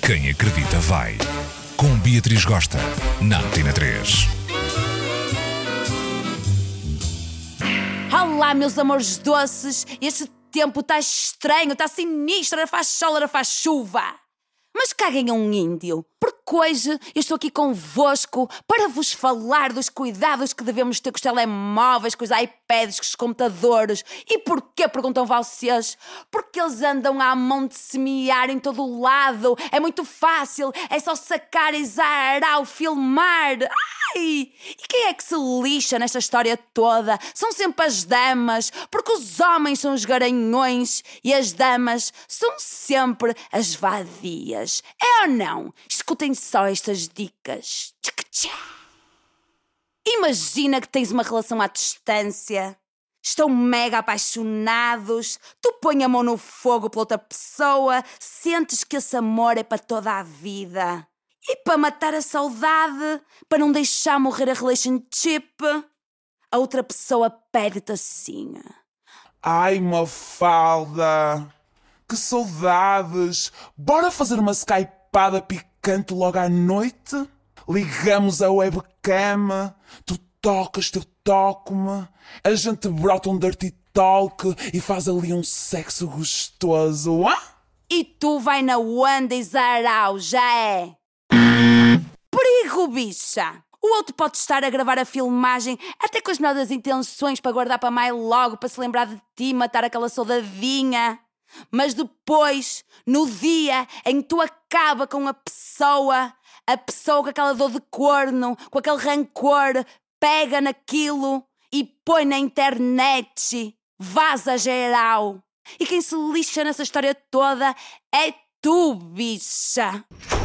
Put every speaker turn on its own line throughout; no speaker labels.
Quem acredita vai. Com Beatriz Gosta, na Antena 3.
Olá, meus amores doces. Este tempo está estranho, está sinistro. Ora faz sol, ora faz chuva. Mas caguem a um índio, porque hoje eu estou aqui convosco para vos falar dos cuidados que devemos ter com os telemóveis, com os iPads, com os computadores. E porquê, perguntam vocês? Porque eles andam à mão de semear em todo o lado. É muito fácil, é só sacar, exagerar, filmar. Ai! E quem é que se lixa nesta história toda? São sempre as damas, porque os homens são os garanhões e as damas são sempre as vadias. É ou não? Escutem só estas dicas. Imagina que tens uma relação à distância. Estão mega apaixonados. Tu põe a mão no fogo pela outra pessoa. Sentes que esse amor é para toda a vida. E para matar a saudade, para não deixar morrer a relationship, a outra pessoa pede-te assim:
ai, Mafalda, que saudades! Bora fazer uma skypada picante logo à noite? Ligamos a webcam, tu tocas, eu toco-me, a gente brota um dirty talk e faz ali um sexo gostoso, ah?
E tu vai na onda e zarau, já é? Perigo, bicha! O outro pode estar a gravar a filmagem até com as melhores intenções para guardar para mais logo, para se lembrar de ti, matar aquela saudadinha. Mas depois, no dia em que tu acaba com a pessoa com aquela dor de corno, com aquele rancor, pega naquilo e põe na internet, vaza geral. E quem se lixa nessa história toda é tu, bicha.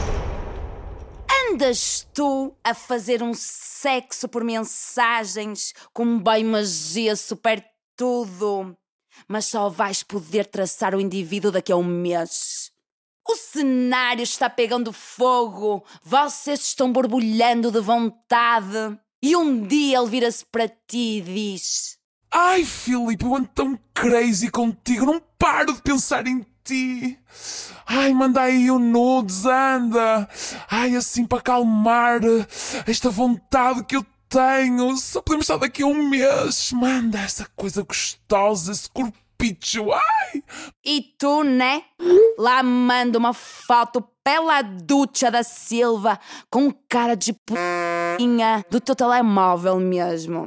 Andas tu a fazer um sexo por mensagens com bem magia, super tudo, mas só vais poder traçar o indivíduo daqui a um mês. O cenário está pegando fogo, vocês estão borbulhando de vontade e um dia ele vira-se para ti e diz:
ai, Filipe, eu ando tão crazy contigo, não paro de pensar em ti. Ai, manda aí o nudes, anda. Ai, assim para acalmar esta vontade que eu tenho. Só podemos estar daqui a um mês. Manda essa coisa gostosa, esse corpicho, ai.
E tu, né? Lá manda uma foto pela Ducha da Silva com cara de p***inha do teu telemóvel mesmo.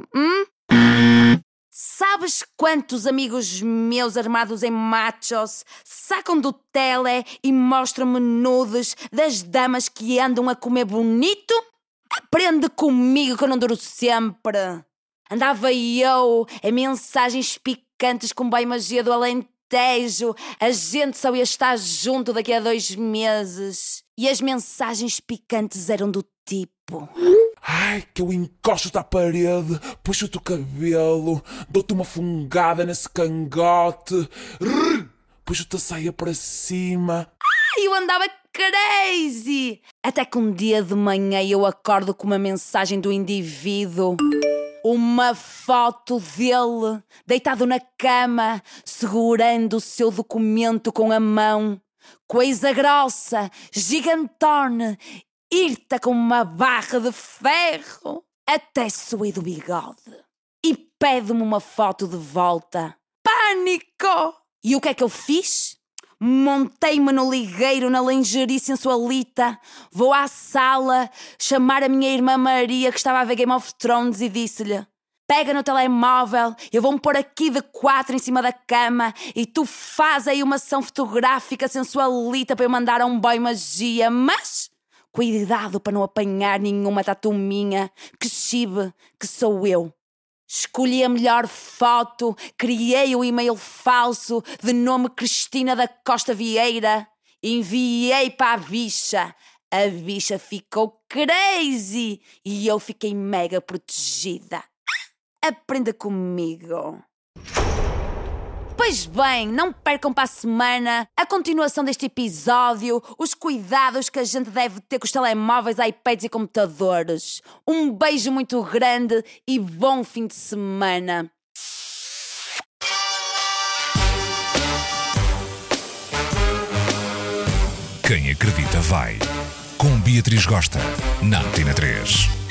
Sabes quantos amigos meus armados em machos sacam do tele e mostram-me nudes das damas que andam a comer bonito? Aprende comigo que eu não duro sempre. Andava eu em mensagens picantes com bem magia do Alentejo. A gente só ia estar junto daqui a 2 meses. E as mensagens picantes eram do tipo:
ai, que eu encosto-te à parede, puxo-te o cabelo, dou-te uma fungada nesse cangote, puxo-te a saia para cima.
Ai, eu andava crazy! Até que um dia de manhã eu acordo com uma mensagem do indivíduo. Uma foto dele, deitado na cama, segurando o seu documento com a mão. Coisa grossa, gigantona, irta com uma barra de ferro, até suei do bigode. E pede-me uma foto de volta. Pânico! E o que é que eu fiz? Montei-me no ligueiro, na lingerie sensualita. Vou à sala chamar a minha irmã Maria, que estava a ver Game of Thrones, e disse-lhe: pega no telemóvel, eu vou-me pôr aqui de 4 em cima da cama e tu faz aí uma sessão fotográfica sensualita para eu mandar a um boy magia. Mas cuidado para não apanhar nenhuma tatu minha, que chibe, que sou eu. Escolhi a melhor foto, criei o e-mail falso de nome Cristina da Costa Vieira, enviei para a bicha ficou crazy e eu fiquei mega protegida. Aprenda comigo. Pois bem, não percam para a semana a continuação deste episódio, os cuidados que a gente deve ter com os telemóveis, iPads e computadores. Um beijo muito grande e bom fim de semana.
Quem Quem acredita vai. Com Beatriz Gosta, na Antena 3.